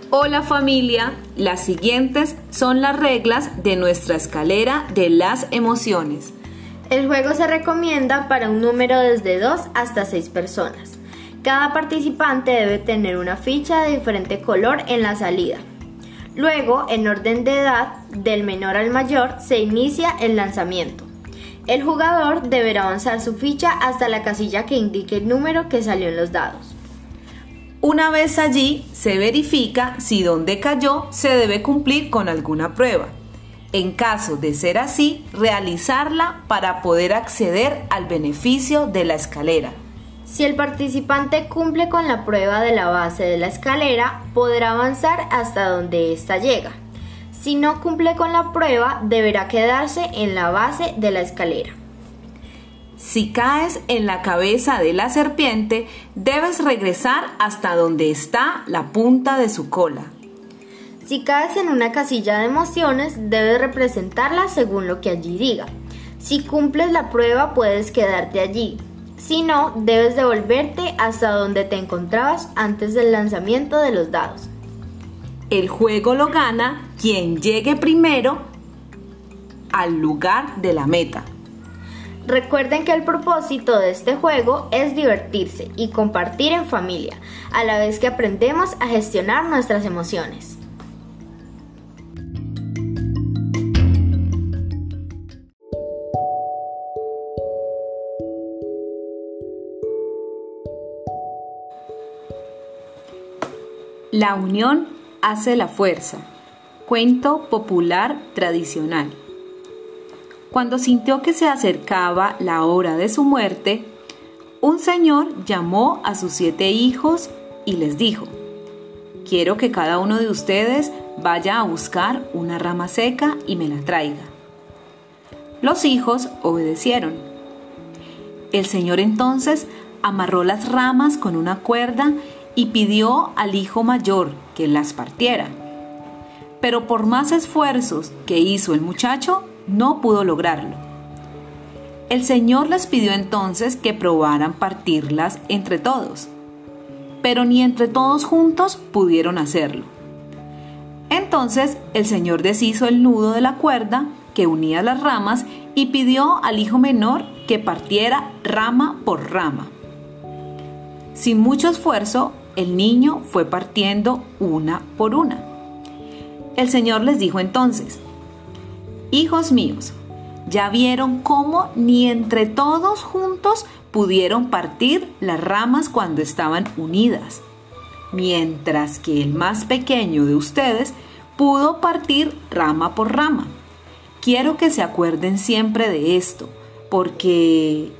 Hola familia, las siguientes son las reglas de nuestra escalera de las emociones. El juego se recomienda para un número desde 2 hasta 6 personas. Cada participante debe tener una ficha de diferente color en la salida. Luego, en orden de edad, del menor al mayor, se inicia el lanzamiento. El jugador deberá avanzar su ficha hasta la casilla que indique el número que salió en los dados. Una vez allí, se verifica si donde cayó se debe cumplir con alguna prueba. En caso de ser así, realizarla para poder acceder al beneficio de la escalera. Si el participante cumple con la prueba de la base de la escalera, podrá avanzar hasta donde ésta llega. Si no cumple con la prueba, deberá quedarse en la base de la escalera. Si caes en la cabeza de la serpiente, debes regresar hasta donde está la punta de su cola. Si caes en una casilla de emociones, debes representarla según lo que allí diga. Si cumples la prueba, puedes quedarte allí. Si no, debes devolverte hasta donde te encontrabas antes del lanzamiento de los dados. El juego lo gana quien llegue primero al lugar de la meta. Recuerden que el propósito de este juego es divertirse y compartir en familia, a la vez que aprendemos a gestionar nuestras emociones. La unión hace la fuerza. Cuento popular tradicional. Cuando sintió que se acercaba la hora de su muerte, un señor llamó a sus 7 hijos y les dijo: quiero que cada uno de ustedes vaya a buscar una rama seca y me la traiga. Los hijos obedecieron. El señor entonces amarró las ramas con una cuerda y pidió al hijo mayor que las partiera. Pero por más esfuerzos que hizo el muchacho, no pudo lograrlo. El Señor les pidió entonces que probaran partirlas entre todos, pero ni entre todos juntos pudieron hacerlo. Entonces el Señor deshizo el nudo de la cuerda que unía las ramas y pidió al hijo menor que partiera rama por rama. Sin mucho esfuerzo, el niño fue partiendo una por una. El Señor les dijo entonces: hijos míos, ya vieron cómo ni entre todos juntos pudieron partir las ramas cuando estaban unidas, mientras que el más pequeño de ustedes pudo partir rama por rama. Quiero que se acuerden siempre de esto, porque